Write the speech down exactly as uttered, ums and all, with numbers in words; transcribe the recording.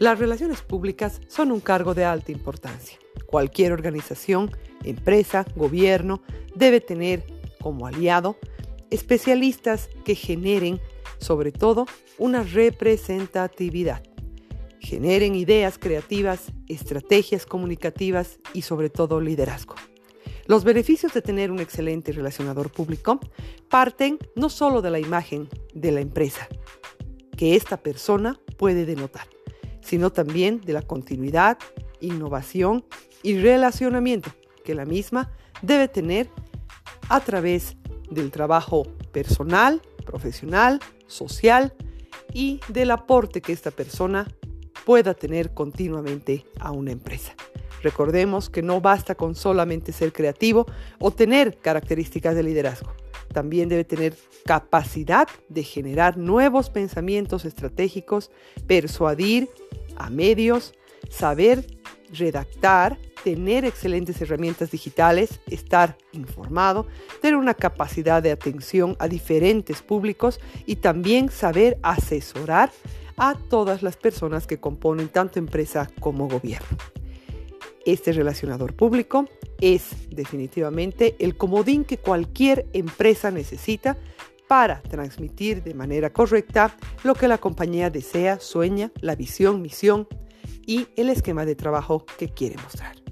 Las relaciones públicas son un cargo de alta importancia. Cualquier organización, empresa, gobierno debe tener como aliado especialistas que generen, sobre todo, una representatividad. Generen ideas creativas, estrategias comunicativas y, sobre todo, liderazgo. Los beneficios de tener un excelente relacionador público parten no solo de la imagen de la empresa que esta persona puede denotar, sino también de la continuidad, innovación y relacionamiento que la misma debe tener a través del trabajo personal, profesional, social y del aporte que esta persona pueda tener continuamente a una empresa. Recordemos que no basta con solamente ser creativo o tener características de liderazgo. También debe tener capacidad de generar nuevos pensamientos estratégicos, persuadir a medios, saber redactar, tener excelentes herramientas digitales, estar informado, tener una capacidad de atención a diferentes públicos y también saber asesorar a todas las personas que componen tanto empresa como gobierno. Este relacionador público es definitivamente el comodín que cualquier empresa necesita para transmitir de manera correcta lo que la compañía desea, sueña, la visión, misión y el esquema de trabajo que quiere mostrar.